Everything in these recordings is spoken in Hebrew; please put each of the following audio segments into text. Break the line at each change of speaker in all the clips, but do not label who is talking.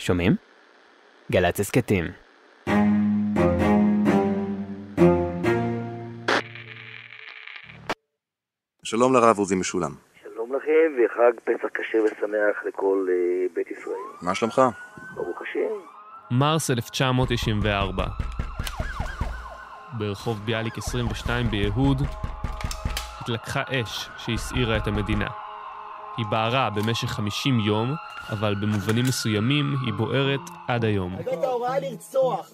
שומעים? גל"צ הסכתים.
שלום לרב עוזי משולם.
שלום לכם וחג פסח כשר ושמח לכל בית ישראל.
מה שלומך?
ברוך השם.
מרס 1994. ברחוב ביאליק 22 ביהוד התלקחה אש שהסעירה את המדינה. היא בערה במשך 50 יום, אבל במובנים מסוימים היא בוערת עד היום.
הבאת ההוראה לרצוח.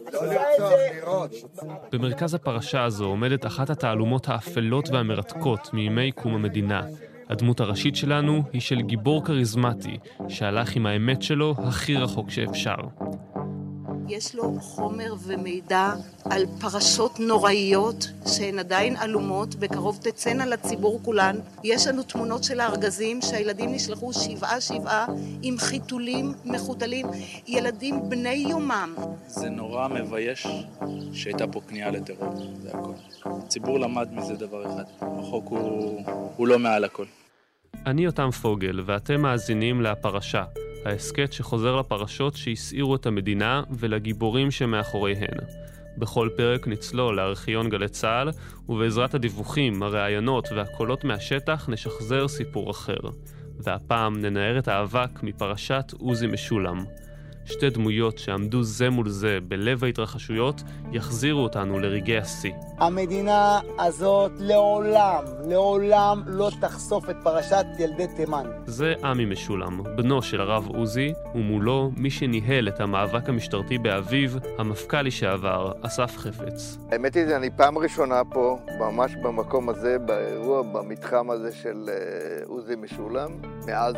במרכז הפרשה הזו עומדת אחת התעלומות האפלות והמרתקות מימי קום המדינה. הדמות הראשית שלנו היא של גיבור כריזמטי, שהלך עם האמת שלו הכי רחוק שאפשר.
יש לו חומר ומידע על פרשות נוראיות שהן עדיין אלומות, בקרוב תצאנה לציבור כולן. יש לנו תמונות של הארגזים שהילדים נשלחו שבעה עם חיתולים מחותלים, ילדים בני יומם.
זה נורא מבייש שהייתה פה כניעה לטרור, זה הכל. הציבור למד מזה דבר אחד, החוק הוא לא מעל הכל.
אני יותם פוגל ואתם מאזינים להפרשה, ההסקט שחוזר לפרשות שהסעירו את המדינה ולגיבורים שמאחוריהן. בכל פרק נצלול לארכיון גלי צה"ל, ובעזרת הדיווחים, הראיונות והקולות מהשטח נשחזר סיפור אחר. והפעם ננער את האבק מפרשת עוזי משולם. שתי דמויות שעמדו זה מול זה בלב ההתרחשויות יחזירו אותנו לרגעי השיא.
המדינה הזאת לעולם לא תחשוף את פרשת ילדי תימן.
זה עמי משולם, בנו של הרב עוזי, ומולו מי שניהל את המאבק המשטרתי באביב, המפכ"ל לשעבר, אסף חפץ.
האמת היא, אני פעם ראשונה פה, ממש במקום הזה, באירוע, במתחם הזה של עוזי משולם, מאז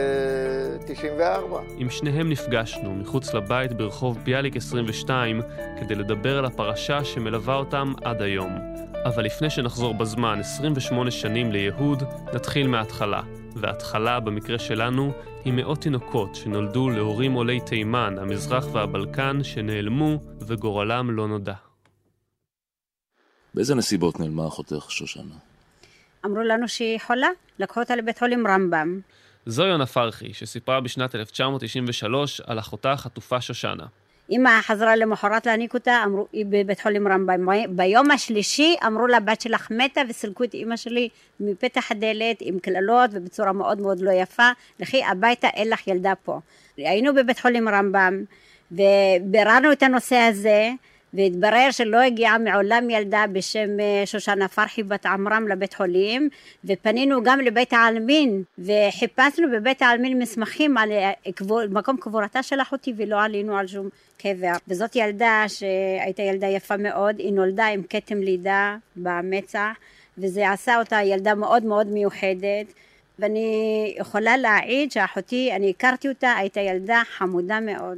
94.
עם שניהם נפגשנו מחוץ לבית ברחוב ביאליק 22 כדי לדבר על הפרשה שמלווה אותם עד היום. אבל לפני שנחזור בזמן 28 שנים ליהוד, נתחיל מההתחלה. וההתחלה במקרה שלנו היא מאות תינוקות שנולדו להורים עולי תימן, המזרח והבלקן שנעלמו וגורלם לא נודע.
באיזה נסיבות נעלמה אחותך שושנה?
אמרו לנו שהיא חולה, לקחו אותה לבית חולים רמב"ם.
זו יונה פרחי, שסיפרה בשנת 1993 על אחותה חטופה שושנה.
אמא חזרה למחרת להניק אותה, אמרו, היא בבית חולים רמב"ם. ביום השלישי אמרו לה, בת שלך מתה, וסילקו את אמא שלי מפתח הדלת עם כללות ובצורה מאוד מאוד לא יפה. לכי הביתה, אין לך ילדה פה. היינו בבית חולים רמב"ם, וביררנו את הנושא הזה, והתברר שלא הגיעה מעולם ילדה בשם שושנה פרחי בת עמרם לבית חולים, ופנינו גם לבית העלמין, וחיפשנו בבית העלמין מסמכים על מקום קבורתה של אחותי, ולא עלינו על שום קבר. וזאת ילדה שהייתה ילדה יפה מאוד, היא נולדה עם כתם לידה במצח, וזה עשה אותה ילדה מאוד מאוד מיוחדת, ואני יכולה להעיד שאחותי, אני הכרתי אותה, הייתה ילדה חמודה מאוד.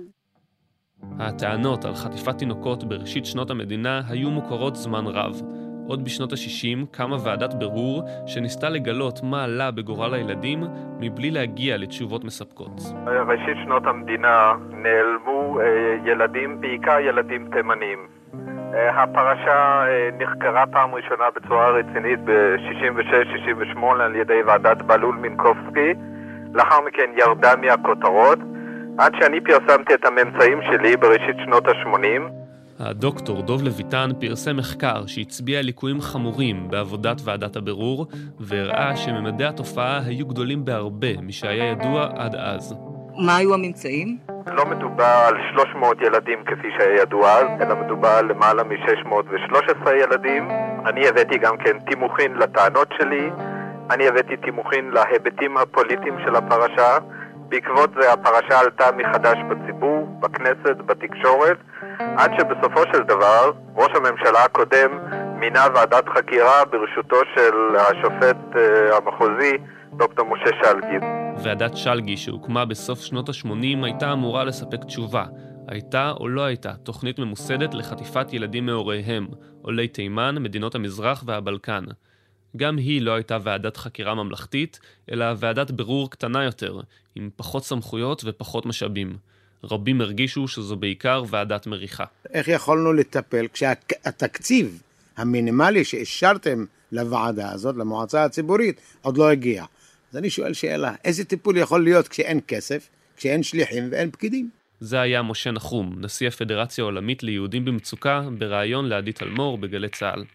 הטענות על חטיפת תינוקות בראשית שנות המדינה היו מוכרות זמן רב. עוד בשנות ה-60 קמה ועדת ברור שניסתה לגלות מה עלה בגורל הילדים מבלי להגיע לתשובות מספקות.
בראשית שנות המדינה נעלמו ילדים, בעיקר ילדים תימנים. הפרשה נחקרה פעם ראשונה בצורה רצינית ב-66-68 על ידי ועדת בלול מינקובסקי. לאחר מכן ירדה מהכותרות. עד שאני פרסמתי את הממצאים שלי בראשית שנות ה-80.
הדוקטור דוב לויטן פרסם מחקר שהצביע על ליקויים חמורים בעבודת ועדת הבירור, והראה שממדי התופעה היו גדולים בהרבה משהיה ידוע עד אז.
מה היו הממצאים?
לא מדובר על 300 ילדים כפי שהיה ידוע אז, אלא מדובר על למעלה מ-613 ילדים. אני הבאתי גם כן תימוכין לטענות שלי, אני הבאתי תימוכין להיבטים הפוליטיים של הפרשה. בעקבות זה הפרשה עלתה מחדש בציבור, בכנסת, בתקשורת, עד שבסופו של דבר ראש הממשלה הקודם מינה ועדת חקירה בראשותו של השופט המחוזי דוקטור משה שלגי.
ועדת שלגי שהוקמה בסוף שנות ה-80 הייתה אמורה לספק תשובה. הייתה או לא הייתה תוכנית ממוסדת לחטיפת ילדים מהוריהם, עולי תימן, מדינות המזרח והבלקן. גם היא לא הייתה ועדת חקירה ממלכתית, אלא ועדת ברור קטנה יותר, עם פחות סמכויות ופחות משאבים. רבים הרגישו שזו בעיקר ועדת מריחה.
איך יכולנו לטפל כשהתקציב המינימלי שאישרתם לוועדה הזאת, למועצה הציבורית, עוד לא הגיע? אז אני שואל שאלה, איזה טיפול יכול להיות כשאין כסף, כשאין שליחים ואין פקידים?
זה היה משה נחום, נשיא הפדרציה העולמית ליהודים במצוקה, בראיון לעדי תלמור בגלי צה"ל.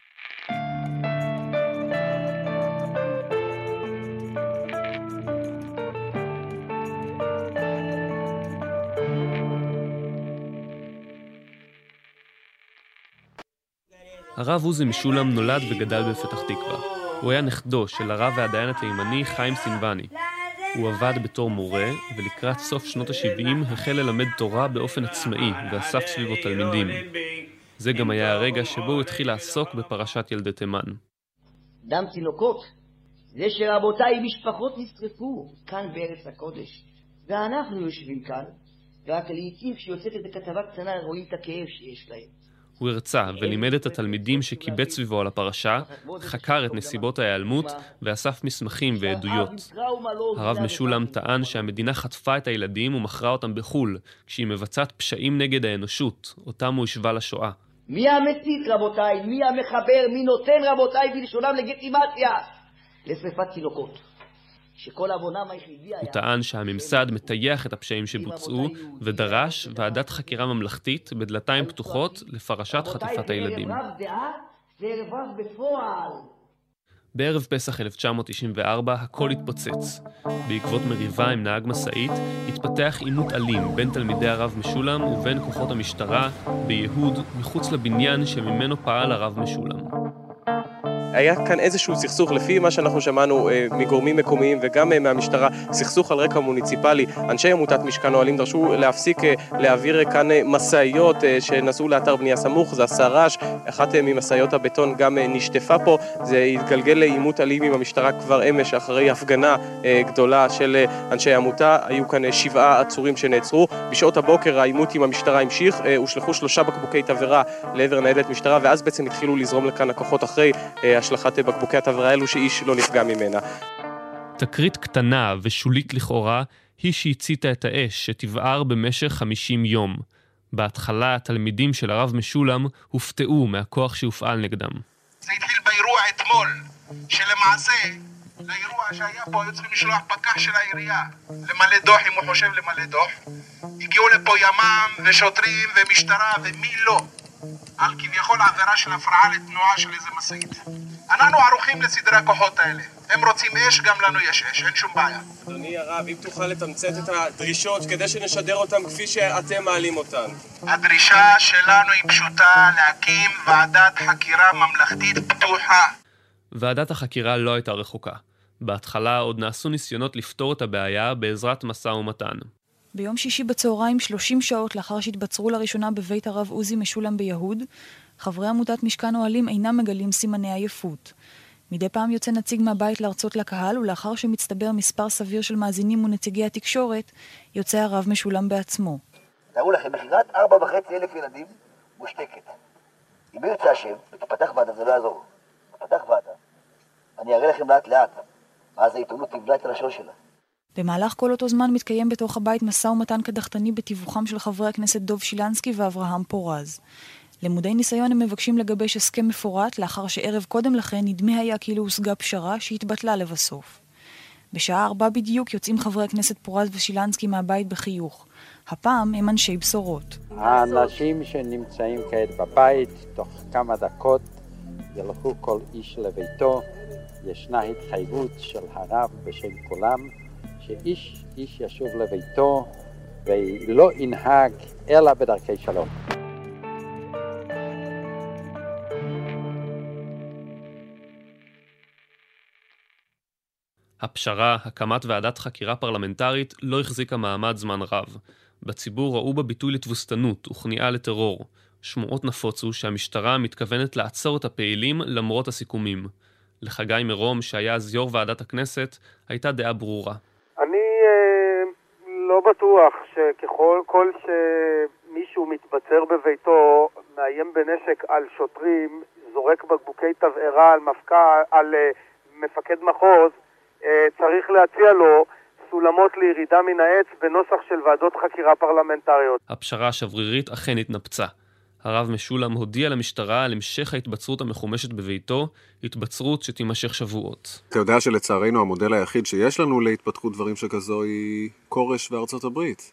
הרב עוזי משולם נולד וגדל בפתח תקווה. הוא היה נכדו של הרב והדיין התימני חיים סינבני. הוא עבד בתור מורה, ולקראת סוף שנות ה-70 החל ללמד תורה באופן עצמאי, ואסף סביבו תלמידים. זה גם היה הרגע שבו הוא התחיל לעסוק בפרשת ילדי תימן.
דם תינוקות, זה שרבותיי משפחות נשרפו כאן בארץ הקודש, ואנחנו יושבים כאן, ורק לעתים כשיוצאת את הכתבה קטנה רואים את הכאב שיש להם.
הוא הרצה ולימד את התלמידים שקיבץ סביבו על הפרשה, חקר את נסיבות ההיעלמות ואסף מסמכים ועדויות. הרב משולם טען שהמדינה חטפה את הילדים ומכרה אותם בחול, כשהיא מבצעת פשעים נגד האנושות, אותם הוא השווה לשואה.
מי המסית רבותיי? מי המחבר? מי נותן רבותיי בלשונם לגיטימציה? לשרפת תינוקות. שכל עוונם היחידי היה...
הוא טען שהממסד מטייח את הפשעים שבוצעו ודרש ועדת חקירה ממלכתית בדלתיים פתוחות לפרשת חטיפת הילדים. בערב פסח 1994 הכל התפוצץ. בעקבות מריבה עם נהג מסעית התפתח עימות אלים בין תלמידי הרב משולם ובין כוחות המשטרה ביהוד מחוץ לבניין שממנו פעל הרב משולם.
היה כאן איזשהו סכסוך, לפי מה שאנחנו שמענו מגורמים מקומיים וגם מהמשטרה, סכסוך על רקע מוניציפלי. אנשי עמותת משכן אוהלים דרשו להפסיק להעביר כאן מסעיות שנסעו לאתר בנייה סמוך, זה עשה רעש, אחת ממסעיות הבטון גם נשטפה פה, זה התגלגל לעימות אלים עם המשטרה כבר אמש אחרי הפגנה גדולה של אנשי העמותה, היו כאן 7 עצורים שנעצרו, בשעות הבוקר העימות עם המשטרה המשיך, הושלחו 3 בקבוקי תבערה לעבר ניידת משטרה, ואז בעצם התחילו לזרום לכאן הכוחות אחרי השלכת בקבוקי התבערה האלו שאיש לא נפגע ממנה.
תקרית קטנה ושולית לכאורה היא שהציתה את האש שתבער במשך 50 יום. בהתחלה התלמידים של הרב משולם הופתעו מהכוח שהופעל נגדם.
זה התחיל באירוע אתמול, שלמעשה לאירוע שהיה פה היו צריכים לשלוח פקח של העירייה למלא דוח אם הוא חושב למלא דוח. הגיעו לפה ימ"מ ושוטרים ומשטרה ומי לא. על כביכול עבירה של הפרעה לתנועה של איזה מסעית. אנחנו ערוכים לסדרי הכוחות האלה. הם רוצים אש, גם לנו יש אש, אין שום בעיה.
אדוני הרב, אם תוכל לתמצת את הדרישות כדי שנשדר אותם כפי שאתם מעלים אותן.
הדרישה שלנו היא פשוטה, להקים ועדת חקירה ממלכתית פתוחה.
ועדת החקירה לא הייתה רחוקה. בהתחלה עוד נעשו ניסיונות לפתור את הבעיה בעזרת משא ומתן.
ביום שישי בצהריים, 30 שעות לאחר שהתבצרו לראשונה בבית הרב עוזי משולם ביהוד, חברי עמותת משכן אוהלים אינם מגלים סימני עייפות. מדי פעם יוצא נציג מהבית להרצות לקהל, ולאחר שמצטבר מספר סביר של מאזינים ונציגי התקשורת, יוצא הרב משולם בעצמו.
תראו לכם, מכירת 4,500 ילדים מושתקת. אם ירצה השם, ותפתח ועדה, זה לא יעזור. תפתח ועדה. אני אראה לכם לאט לאט. ואז העיתונות תבלע את הלשון שלה.
במהלך כל אותו זמן מתקיים בתוך הבית משא ומתן קדחתני בתיווכם של חברי הכנסת דוב שילנסקי ואברהם פורז. למודי ניסיון הם מבקשים לגבש הסכם מפורט, לאחר שערב קודם לכן נדמה היה כאילו הושגה פשרה שהתבטלה לבסוף. בשעה 4 בדיוק יוצאים חברי הכנסת פורז ושילנסקי מהבית בחיוך. הפעם הם אנשי בשורות.
האנשים שנמצאים כעת בבית, תוך כמה דקות ילכו כל איש לביתו. ישנה התחייבות של הרב בשם כולם, שאיש איש ישוב לביתו ולא ינהג אלא בדרכי שלום.
הפשרה, הקמת ועדת חקירה פרלמנטרית, לא החזיקה מעמד זמן רב. בציבור ראו בה ביטוי לתבוסתנות וכניעה לטרור. שמועות נפוצו שהמשטרה מתכוונת לעצור את הפעילים למרות הסיכומים. לחגי מרום, שהיה אז יו"ר ועדת הכנסת, הייתה דעה ברורה.
אני לא בטוח שככל שמישהו מתבצר בביתו, מאיים בנשק על שוטרים, זורק בקבוקי תבערה על מפקד מחוז, צריך להציע לו סולמות לירידה מן העץ בנוסח של ועדות חקירה פרלמנטריות.
הפשרה השברירית אכן התנפצה. הרב משולם הודיע למשטרה על המשך ההתבצרות המחומשת בביתו, התבצרות שתימשך שבועות.
אתה יודע שלצערנו המודל היחיד שיש לנו להתפתחות דברים שכזו היא קורש וארצות הברית.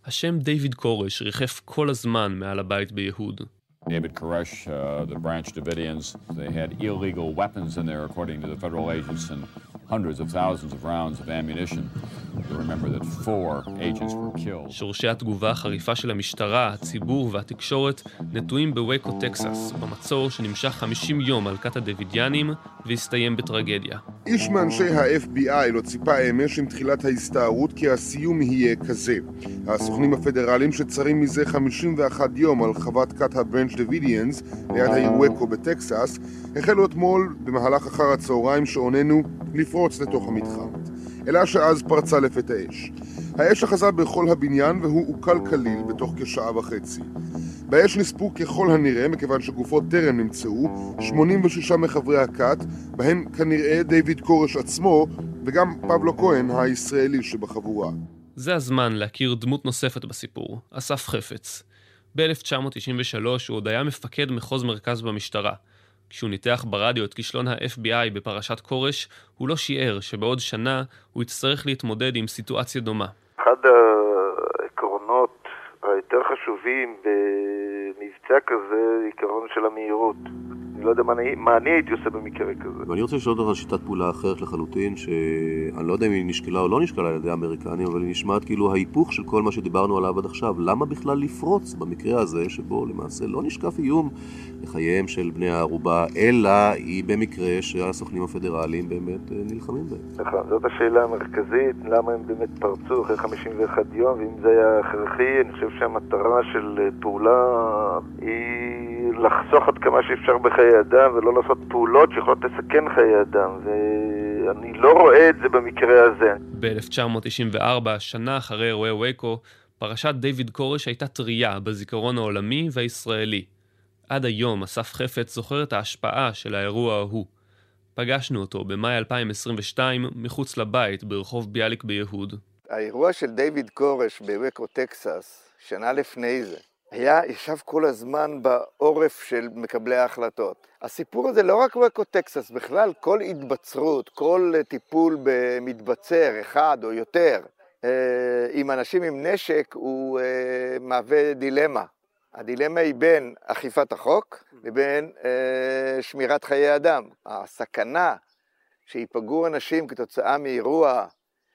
השם דיוויד קורש ריחף כל הזמן מעל הבית ביהוד.
David Koresh, the Branch Davidians, they had illegal weapons in there according to the federal agents and hundreds of thousands of rounds of ammunition. You remember that 4 agents were killed.
שורשי התגובה החריפה של המשטרה, הציבור והתקשורת נטועים בווייקו, טקסס, במצור שנמשך 50 יום על כת הדוידיאנים והסתיים בטרגדיה.
איש מאנשי ה-FBI לא ציפה אמש עם תחילת ההסתערות כי הסיום יהיה כזה. הסוכנים הפדרליים שצרים מזה 51 יום על חוות כת הבנץ' דוידיאנס ליד העיר וויקו בטקסס החלו אתמול במהלך אחר הצהריים שעוננו לפרוץ לתוך המתחם. אלא שאז פרצה לפתע אש. האש אחזה בכל הבניין והוא אוקל כליל בתוך כשעה וחצי. באש נספו ככל הנראה, מכיוון שגופות טרם נמצאו, 86 מחברי הכת, בהם כנראה דיוויד קורש עצמו וגם פבלו כהן הישראלי שבחבורה.
זה הזמן להכיר דמות נוספת בסיפור, אסף חפץ. ב-1993 הוא עוד היה מפקד מחוז מרכז במשטרה. כשהוא ניתח ברדיו את כישלון ה-FBI בפרשת קורש, הוא לא שיער שבעוד שנה הוא יצטרך להתמודד עם סיטואציה דומה.
אחד העקרונות היותר חשובים במבצע כזה, עיקרון של המהירות. אני לא יודע מה אני הייתי עושה במקרה כזה.
ואני רוצה לשאול אותך שיטת פעולה אחרת לחלוטין, שאני לא יודע אם היא נשקלה או לא נשקלה על ידי האמריקנים, אבל היא נשמעת כאילו ההיפוך של כל מה שדיברנו עליו עד עכשיו. למה בכלל לפרוץ במקרה הזה, שבו למעשה לא נשקף איום לחייהם של בני הערובה, אלא היא במקרה שהסוכנים הפדרליים באמת נלחמים בהם?
נכון, זאת השאלה המרכזית, למה הם באמת פרצו אחרי 51 יום, ואם זה היה הכרחי, אני חושב שהמטרה של פעולה היא לחסוך עד כמה שאפשר בחיי אדם, ולא לעשות פעולות שיכולות לסכן חיי אדם, ואני לא רואה את זה במקרה הזה.
ב-1994, שנה אחרי אירועי וויקו, פרשת דיוויד קורש הייתה טריה בזיכרון העולמי והישראלי. עד היום אסף חפץ זוכר את ההשפעה של האירוע ההוא. פגשנו אותו במאי 2022 מחוץ לבית ברחוב ביאליק ביהוד.
האירוע של דיוויד קורש בוויקו, טקסס, שנה לפני זה, ישב כל הזמן בעורף של מקבלי ההחלטות. הסיפור הזה לא רק וויקו, טקסס, בכלל כל התבצרות, כל טיפול במתבצר אחד או יותר, עם אנשים עם נשק הוא מהווה דילמה. הדילמה היא בין אכיפת החוק לבין שמירת חיי אדם. הסכנה שיפגעו אנשים כתוצאה מאירוע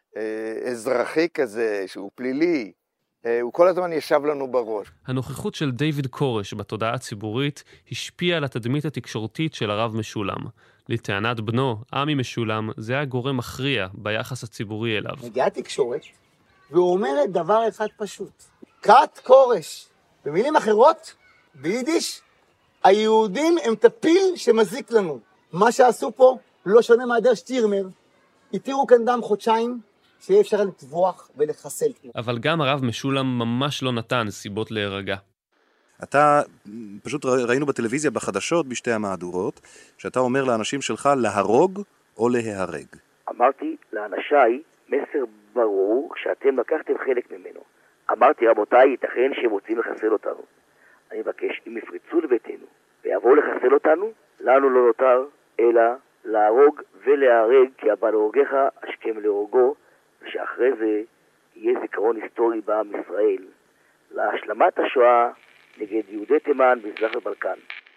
אזרחי כזה, שהוא פלילי, הוא כל הזמן ישב לנו בראש.
הנוכחות של דיוויד קורש בתודעה הציבורית השפיעה על התדמית התקשורתית של הרב משולם. לטענת בנו, עמי משולם, זה היה גורם מכריע ביחס הציבורי אליו.
מגיעה תקשורת, והוא אומרת דבר אחד פשוט. כת קורש. במילים אחרות, ביידיש, היהודים הם טפיל שמזיק לנו. מה שעשו פה לא שונה מהדר שטירמר. התירו כאן דם חודשיים, שיהיה אפשר לטבוח ולחסל.
אבל גם הרב משולם ממש לא נתן סיבות להירגע.
אתה, פשוט ראינו בטלוויזיה בחדשות בשתי המהדורות, שאתה אומר לאנשים שלך להרוג או להיהרג.
אמרתי לאנשיי מסר ברור שאתם לקחתם חלק ממנו. אמרתי, רבותיי, ייתכן שהם רוצים לחסל אותנו. אני מבקש, אם יפרצו לביתנו ויבואו לחסל אותנו, לנו לא נותר אלא להרוג ולהרג, כי הבא להורגך השכם להורגו, ושאחרי זה יהיה זיכרון היסטורי בעם ישראל להשלמת השואה נגד יהודי תימן במזרח הבלקן.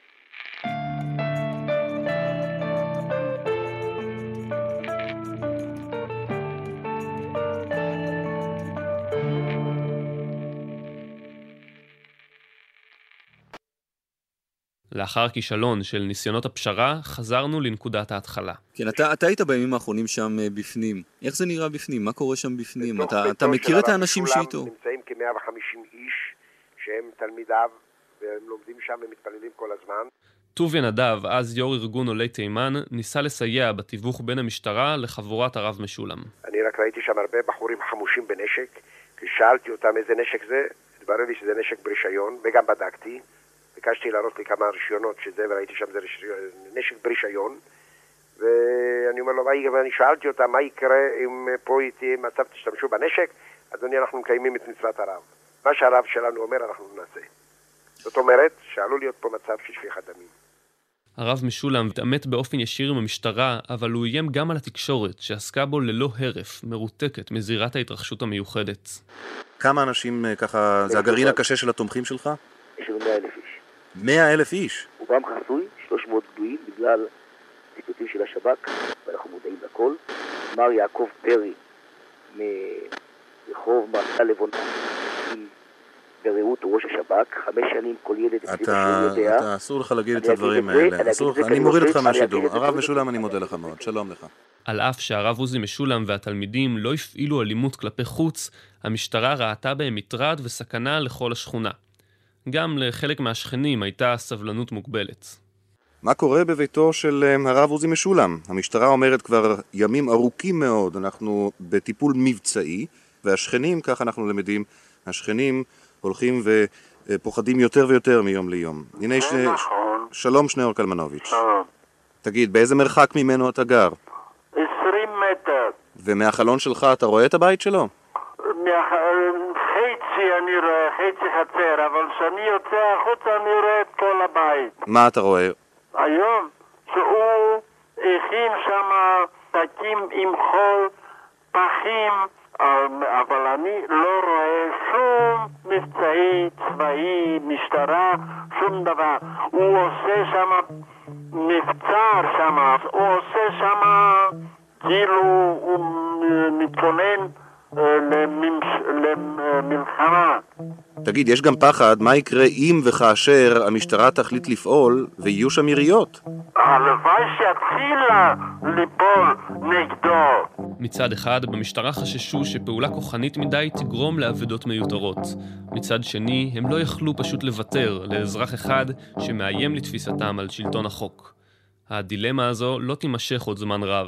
לאחר כישלון של ניסיונות הפשרה, חזרנו לנקודת ההתחלה.
כן, אתה היית בימים האחרונים שם בפנים. איך זה נראה בפנים? מה קורה שם בפנים? אתה מכיר את האנשים שאיתו?
נמצאים כ-150 איש שהם תלמידיו, והם לומדים שם ומתפללים כל הזמן.
טוביה נדב, אז יו"ר ארגון עולי תימן, ניסה לסייע בתיווך בין המשטרה לחבורת הרב משולם.
אני רק ראיתי שם הרבה בחורים חמושים בנשק, כשאלתי אותם איזה נשק זה, התברר לי שזה נשק ברישיון, וגם בדקתי. ביקשתי להראות לי כמה רישיונות שזה, וראיתי שם זה נשק ברישיון, ואני אומר לו, ואני שאלתי אותה, מה יקרה אם פה איתי מצב תשתמשו בנשק? אדוני, אנחנו מקיימים את מצוות הרב. מה שהרב שלנו אומר, אנחנו נעשה. זאת אומרת, שעלול להיות פה מצב של שפיכת דמים.
הרב משולם התעמת באופן ישיר עם המשטרה, אבל הוא איים גם על התקשורת, שעסקה בו ללא הרף, מרותקת מזירת ההתרחשות המיוחדת.
כמה אנשים ככה, זה הגרעין הקשה של התומכים שלך?
יש לנו 100,000 איש.
100,000 איש?
רובם חסוי, 300 גדויים בגלל ציטוטים של השב"כ, ואנחנו מודעים לכל. מר יעקב פרי מרחוב מעשה לבונה, ברעות הוא ראש השב"כ, 5 שנים כל ילד אצלי שהוא יודע.
אתה אסור לך להגיד את הדברים האלה. אני מוריד אותך מהשידור. הרב משולם, אני מודה לך מאוד. שלום לך.
על אף שהרב עוזי משולם והתלמידים לא הפעילו אלימות כלפי חוץ, המשטרה ראתה בהם מטרד וסכנה לכל השכונה. גם לחלק מהשכנים הייתה סבלנות מוגבלת.
מה קורה בביתו של הרב עוזי משולם? המשטרה אומרת כבר ימים ארוכים מאוד, אנחנו בטיפול מבצעי, והשכנים, כך אנחנו למדים, השכנים הולכים ופוחדים יותר ויותר מיום ליום. הנה שלום שניאור קלמנוביץ'. תגיד, באיזה מרחק ממנו אתה גר?
20 מטר.
ומהחלון שלך אתה רואה את הבית שלו?
חצי אני רואה, חצי חצר, אבל כשאני יוצא החוצה אני רואה את כל הבית.
מה אתה רואה?
היום שהוא הכין שם תקים עם חול, פחים, אבל אני לא רואה שום מבצעי, צבאי, משטרה, שום דבר. הוא עושה שם מבצר שם, הוא עושה שם כאילו הוא מתכונן למלחמה.
תגיד, יש גם פחד, מה יקרה אם וכאשר המשטרה תחליט לפעול ויהיו שם יריות?
הלוואי שיתחיל ליפול נגדו.
מצד אחד, במשטרה חששו שפעולה כוחנית מדי תגרום לעבדות מיותרות. מצד שני, הם לא יכלו פשוט לוותר לאזרח אחד שמאיים לתפיסתם על שלטון החוק. הדילמה הזו לא תימשך עוד זמן רב.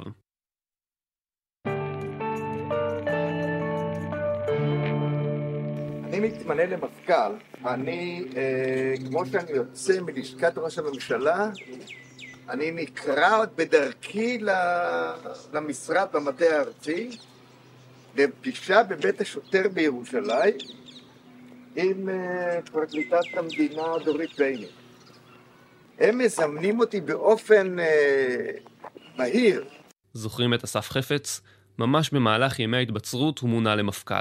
אני מתמנה למפכ"ל, כמו שאני יוצא מלשכת ראש הממשלה, אני נקרא עוד בדרכי למשרד במטה הארצי, לפגישה בבית השוטר בירושלים, עם פרקליטת המדינה דורית בייניש. הם מזמנים אותי באופן מהיר.
זוכרים את אסף חפץ? ממש במהלך ימי ההתבצרות הוא מונה למפכ"ל.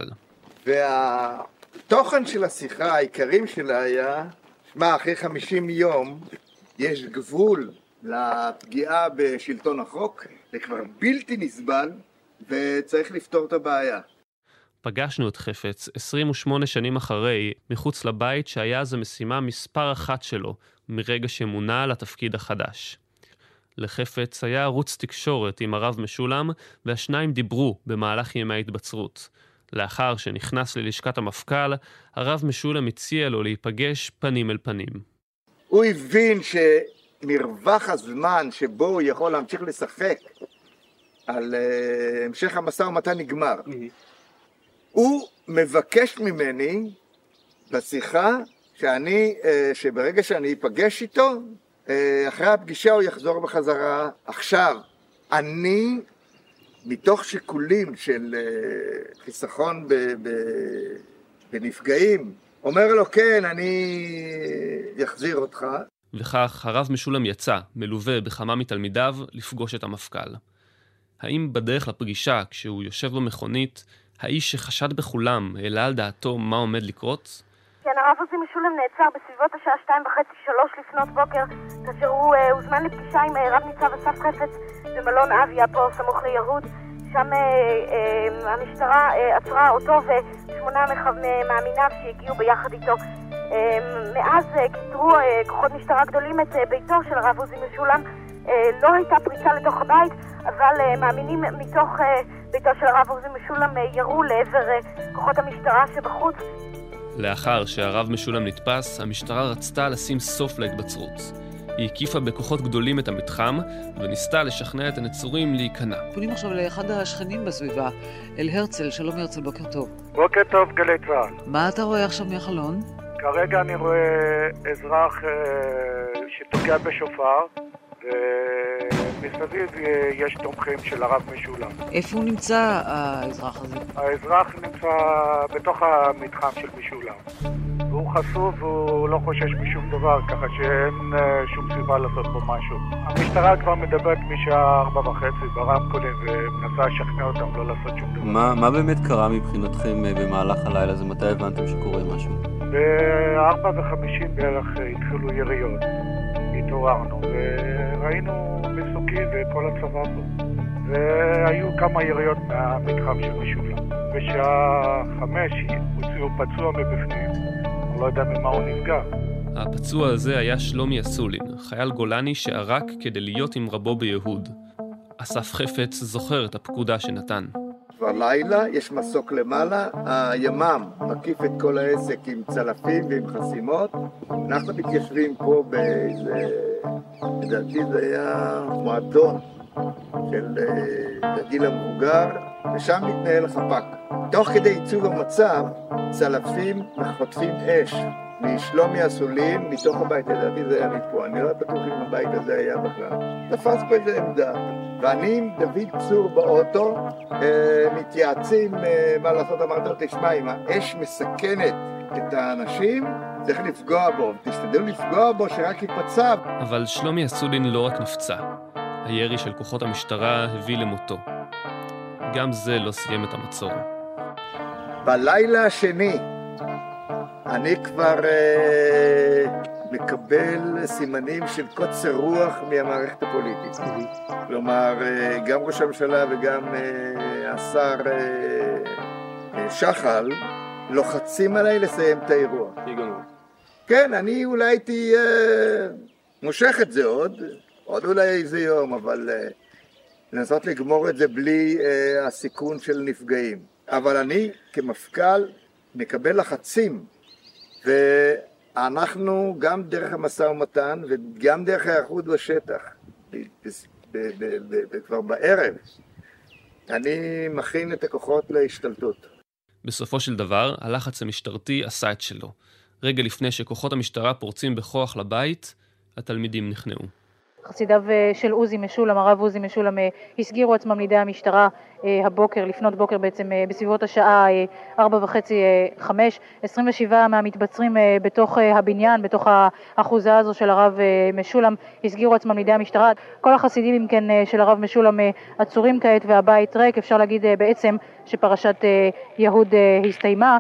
והתוכן של השיחה, העיקרים שלה היה, שמע, אחרי 50 יום יש גבול לפגיעה בשלטון החוק, זה כבר בלתי נסבל וצריך לפתור את הבעיה.
פגשנו את חפץ 28 שנים אחרי, מחוץ לבית שהיה אז המשימה מספר 1 שלו, מרגע שמונה לתפקיד החדש. לחפץ היה ערוץ תקשורת עם הרב משולם, והשניים דיברו במהלך ימי ההתבצרות. לאחר שנכנס ללשכת המפכ"ל, הרב משולם הציע לו להיפגש פנים אל פנים.
הוא הבין שמרווח הזמן שבו הוא יכול להמשיך לשחק על המשך המשא ומתן נגמר. הוא מבקש ממני בשיחה שברגע שאני אפגש איתו, אחרי הפגישה הוא יחזור בחזרה. עכשיו, אני מתוך שיקולים של חיסכון בנפגעים, אומר לו כן, אני יחזיר אותך.
וכך הרב משולם יצא, מלווה בכמה מתלמידיו, לפגוש את המפכ"ל. האם בדרך לפגישה, כשהוא יושב במכונית, האיש שחשד בכולם העלה על דעתו מה עומד לקרות?
כן, הרב עוזי משולם נעצר בסביבות השעה 2:30-3 לפנות בוקר, כאשר הוא הוזמן לפגישה עם רב ניצב אסף חפץ במלון אביה פה סמוך ליהוד. שם המשטרה עצרה אותו ושמונה מאמיניו שהגיעו ביחד איתו. מאז כיתרו כוחות משטרה גדולים את ביתו של הרב עוזי משולם. לא הייתה פריצה לתוך הבית, אבל מאמינים מתוך ביתו של הרב עוזי משולם ירו לעבר כוחות המשטרה שבחוץ.
לאחר שהרב משולם נתפס, המשטרה רצתה לשים סוף להתבצרות. היא הקיפה בכוחות גדולים את המתחם, וניסתה לשכנע את הנצורים להיכנע.
פונים עכשיו לאחד השכנים בסביבה, אל הרצל. שלום הרצל, בוקר טוב.
בוקר טוב, גלי צה"ל.
מה אתה רואה עכשיו מהחלון?
כרגע אני רואה אזרח שתוקע בשופר, ומסביב יש תומכים של הרב משולם.
איפה הוא נמצא, האזרח הזה?
האזרח נמצא בתוך המתחם של משולם.
והוא חשוף והוא לא חושש משום דבר, ככה שאין שום סיבה לעשות פה משהו. המשטרה כבר מדברת משעה 4:30 ברמקולים ומנסה לשכנע אותם לא לעשות שום דבר.
מה באמת קרה מבחינתכם במהלך הלילה הזה? מתי הבנתם שקורה משהו?
ב-4:50 בערך התחילו יריות. התעוררנו וראינו מסוקים וכל הצבא פה. והיו כמה יריות מהמתחם של משולם. בשעה 5 הוציאו פצוע מבפנים, אני לא יודע ממה הוא נפגע.
הפצוע הזה היה שלומי אסולין, חייל גולני שערק כדי להיות עם רבו ביהוד. אסף חפץ זוכר את הפקודה שנתן.
בלילה יש מסוק למעלה, הימ"מ מקיף את כל העסק עם צלפים ועם חסימות. אנחנו מתיישבים פה באיזה, לדעתי זה היה מועדון של הגיל המבוגר, ושם מתנהל חפ"ק. תוך כדי עיצוב המצב, צלפים חוטפים אש משלומי אסולין מתוך הבית, לדעתי זה היה מפה, אני לא בטוח אם הבית הזה היה בכלל. תפס פה איזה עמדה, ואני עם דוד צור באוטו מתייעצים מה לעשות. אמרת לו, תשמע, אם האש מסכנת את האנשים, צריך לפגוע בו, תשתדלו לפגוע בו שרק ייפצע.
אבל שלומי אסולין לא רק נפצע, הירי של כוחות המשטרה הביא למותו. גם זה לא סיים את המצור.
בלילה השני אני כבר מקבל סימנים של קוצר רוח מהמערכת הפוליטית. כלומר, גם ראש הממשלה וגם השר שחל לוחצים עליי לסיים את האירוע. כן, אני אולי הייתי מושך את זה עוד אולי איזה יום, אבל לנסות לגמור את זה בלי הסיכון של נפגעים. אבל אני כמפכ"ל מקבל לחצים, ואנחנו גם דרך המשא ומתן וגם דרך ההיערכות בשטח, וכבר בערב, אני מכין את הכוחות להשתלטות.
בסופו של דבר, הלחץ המשטרתי עשה את שלו. רגע לפני שכוחות המשטרה פורצים בכוח לבית, התלמידים נכנעו.
חסידיו של עוזי משולם, הרב עוזי משולם, הסגירו עצמם לידי המשטרה הבוקר, לפנות בוקר בעצם, בסביבות השעה 4:30-5. 27 מהמתבצרים בתוך הבניין, בתוך האחוזה הזו של הרב משולם, הסגירו עצמם לידי המשטרה. כל החסידים, אם כן, של הרב משולם עצורים כעת והבית ריק. אפשר להגיד בעצם שפרשת יהוד הסתיימה.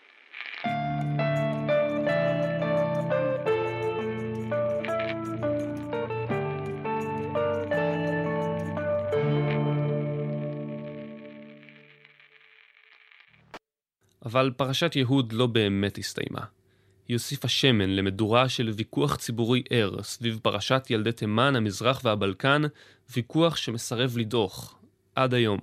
אבל פרשת יהוד לא באמת הסתיימה. היא הוסיפה שמן למדורה של ויכוח ציבורי ער סביב פרשת ילדי תימן, המזרח והבלקן, ויכוח שמסרב לדוח עד היום.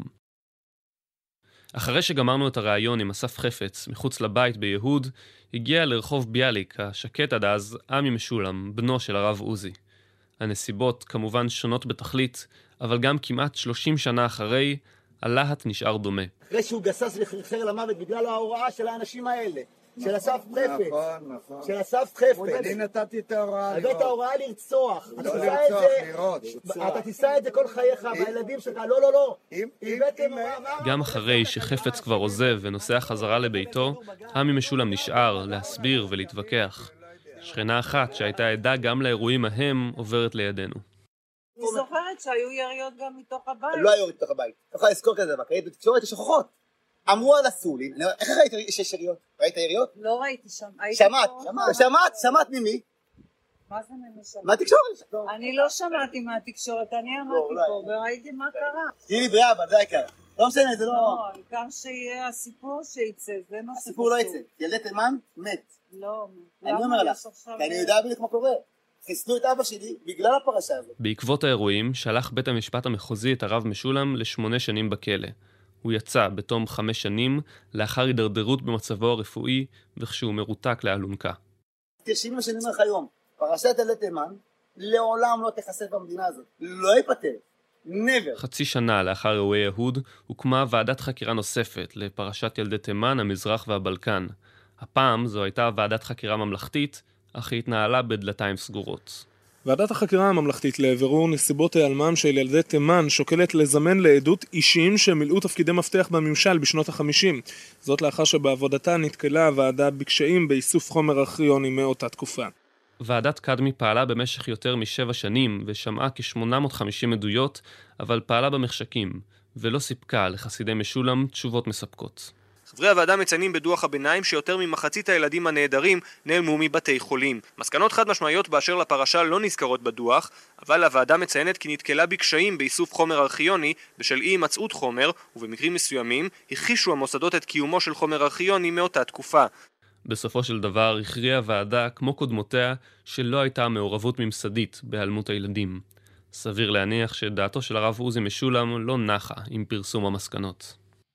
אחרי שגמרנו את הרעיון עם אסף חפץ מחוץ לבית ביהוד, הגיע לרחוב ביאליק, השקט עד אז, עמי משולם, בנו של הרב עוזי. הנסיבות כמובן שונות בתכלית, אבל גם כמעט 30 שנה אחרי, הלהט נשאר דומה.
אחרי שהוא גסס וחרחר למוות בגלל ההוראה של האנשים האלה, של אסף חפץ.
נכון.
של אסף חפץ.
אני נתתי את ההוראה
לראות. הבאת ההוראה לרצוח.
לא לרצוח, לראות.
אתה תישא את זה כל חייך, בילדים שלך. לא.
גם אחרי שחפץ כבר עוזב ונוסע חזרה לביתו, עמי משולם נשאר להסביר ולהתווכח. שכנה אחת שהייתה עדה גם לאירועים ההם עוברת לידינו.
אני זוכרת שהיו יריות גם מתוך הבית.
לא היו מתוך הבית. אתה יכול לזכור כזה דבר, ראית בתקשורת יש הוכחות. אמרו על אסולין, איך ראית שיש יריות? ראית יריות?
לא ראיתי שם.
שמעת ממי?
מה זה ממי?
מהתקשורת.
אני לא שמעתי מהתקשורת, אני עמדתי פה וראיתי מה קרה.
תהי לי בריאה, אבל זה העיקר. לא משנה, זה לא...
לא, העיקר שיהיה הסיפור שיצא, זה מה שחשוב.
הסיפור לא יצא. ילדי תימן מת.
לא,
אני אומר לך, כי אני יודע בדיוק מה קורה. חיסלו את אבא שלי בגלל הפרשה הזאת.
בעקבות האירועים שלח בית המשפט המחוזי את הרב משולם ל8 שנים בכלא. הוא יצא בתום 5 שנים לאחר הידרדרות במצבו הרפואי וכשהוא מרותק לאלונקה.
תרשימי מה שאני אומר לך היום, פרשת ילדי תימן לעולם לא תחשף במדינה הזאת, לא ייפטר, never.
חצי שנה לאחר אירועי יהוד הוקמה ועדת חקירה נוספת לפרשת ילדי תימן, המזרח והבלקן. הפעם זו הייתה ועדת חקירה ממלכתית, אך היא התנהלה בדלתיים סגורות.
ועדת החקירה הממלכתית לבירור נסיבות היעלמם של ילדי תימן שוקלת לזמן לעדות אישים שמילאו תפקידי מפתח בממשל בשנות ה-50. זאת לאחר שבעבודתה נתקלה הוועדה בקשיים באיסוף חומר ארכיוני מאותה תקופה.
ועדת קדמי פעלה במשך יותר מ7 שנים ושמעה כ-850 עדויות, אבל פעלה במחשכים ולא סיפקה לחסידי משולם תשובות מספקות.
חברי הוועדה מציינים בדוח הביניים שיותר ממחצית הילדים הנעדרים נעלמו מבתי חולים. מסקנות חד משמעיות באשר לפרשה לא נזכרות בדוח, אבל הוועדה מציינת כי נתקלה בקשיים באיסוף חומר ארכיוני בשל אי הימצאות חומר, ובמקרים מסוימים הכחישו המוסדות את קיומו של חומר ארכיוני מאותה תקופה.
בסופו של דבר הכריעה הוועדה, כמו קודמותיה, שלא הייתה מעורבות ממסדית בהיעלמות הילדים. סביר להניח שדעתו של הרב עוזי משולם לא נחה עם פרסום המסקנות.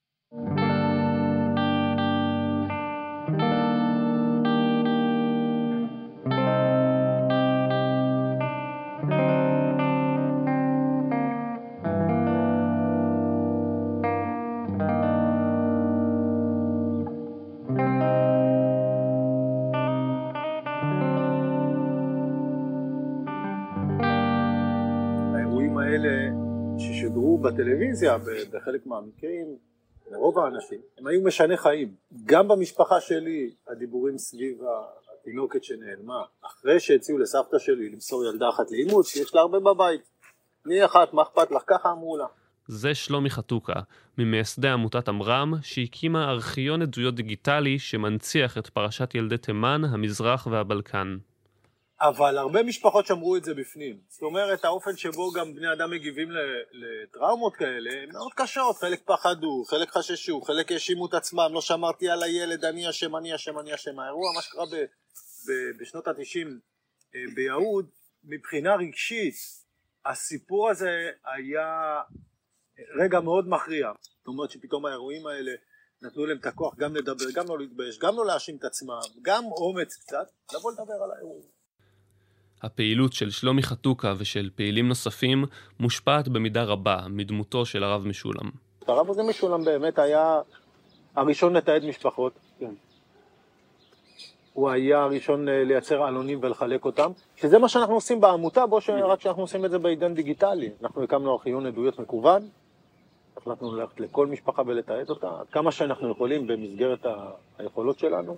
ששודרו בטלוויזיה בחלק מהמקרים, לרוב האנשים, הם היו משנה חיים. גם במשפחה שלי, הדיבורים סביב התינוקת שנעלמה, אחרי שהציעו לסבתא שלי למסור ילדה אחת לאימוץ, שיש לה הרבה בבית. מי אחת, מה אכפת לך? ככה אמרו לה.
זה שלומי חתוקה, ממייסדי עמותת אמרם, שהקימה ארכיון עדויות דיגיטלי שמנציח את פרשת ילדי תימן, המזרח והבלקן.
אבל הרבה משפחות שמרו את זה בפנים. זאת אומרת, האופן שבו גם בני אדם מגיבים לטראומות כאלה, הם מאוד קשות. חלק פחדו, חלק חששו, חלק האשימו את עצמם, לא שמרתי על הילד, אני אשם, אני אשם, אני אשם. האירוע, מה שקרה בשנות ה-90 ביהוד, מבחינה רגשית, הסיפור הזה היה רגע מאוד מכריע. זאת אומרת שפתאום האירועים האלה נתנו להם את הכוח גם לדבר, גם לא להתבייש, גם לא להאשים את עצמם, גם אומץ קצת, לבוא לדבר על האירועים.
הפעילות של שלומי חתוקה ושל פעילים נוספים מושפעת במידה רבה מדמותו של הרב משולם.
הרב עוזי משולם באמת היה הראשון לתעד משפחות. כן. הוא היה הראשון לייצר עלונים ולחלק אותם, שזה מה שאנחנו עושים בעמותה, רק שאנחנו עושים את זה בעידן דיגיטלי. אנחנו הקמנו ארכיון עדויות מקוון, החלטנו ללכת לכל משפחה ולתעד אותה, כמה שאנחנו יכולים במסגרת היכולות שלנו.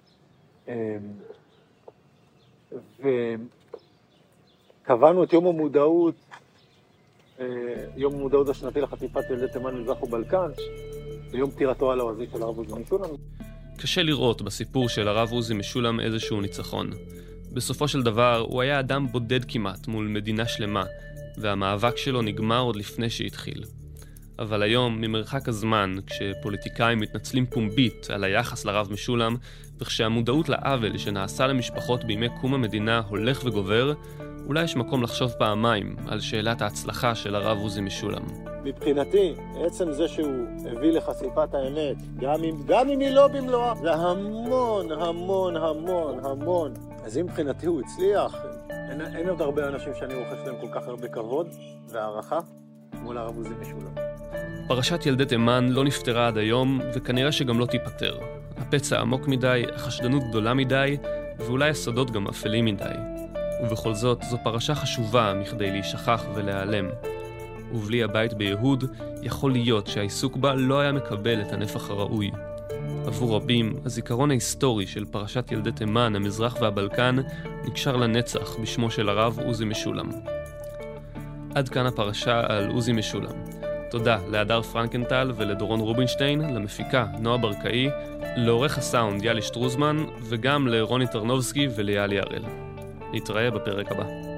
קבענו את יום המודעות, יום המודעות השנתי לחטיפת ילדי תימן, מזרח ובלקן, ויום פטירתו הלועזי של הרב עוזי משולם.
קשה לראות בסיפור של הרב עוזי משולם איזשהו ניצחון. בסופו של דבר הוא היה אדם בודד כמעט מול מדינה שלמה, והמאבק שלו נגמר עוד לפני שהתחיל. אבל היום, ממרחק הזמן, כשפוליטיקאים מתנצלים פומבית על היחס לרב משולם, וכשהמודעות לעוול שנעשה למשפחות בימי קום המדינה הולך וגובר, אולי יש מקום לחשוב פעמיים על שאלת ההצלחה של הרב עוזי משולם.
מבחינתי, עצם זה שהוא הביא לחשיפת האמת, גם אם היא לא במלואה, זה המון, המון, המון, המון. אז אם מבחינתי הוא הצליח, אין עוד הרבה אנשים שאני רוחש להם כל כך הרבה כבוד והערכה מול הרב עוזי משולם.
פרשת ילדי תימן לא נפתרה עד היום, וכנראה שגם לא תיפטר. הפצע עמוק מדי, החשדנות גדולה מדי, ואולי הסודות גם אפלים מדי. ובכל זאת, זו פרשה חשובה מכדי להישכח ולהיעלם. ובלי הבית ביהוד, יכול להיות שהעיסוק בה לא היה מקבל את הנפח הראוי. עבור רבים, הזיכרון ההיסטורי של פרשת ילדי תימן, המזרח והבלקן, נקשר לנצח בשמו של הרב עוזי משולם. עד כאן הפרשה על עוזי משולם. תודה להדר פרנקנטל ולדורון רובינשטיין, למפיקה נועה ברקאי, לעורך הסאונד יאלי שטרוזמן, וגם לרוני טרנובסקי וליאלי הראל. נתראה בפרק הבא.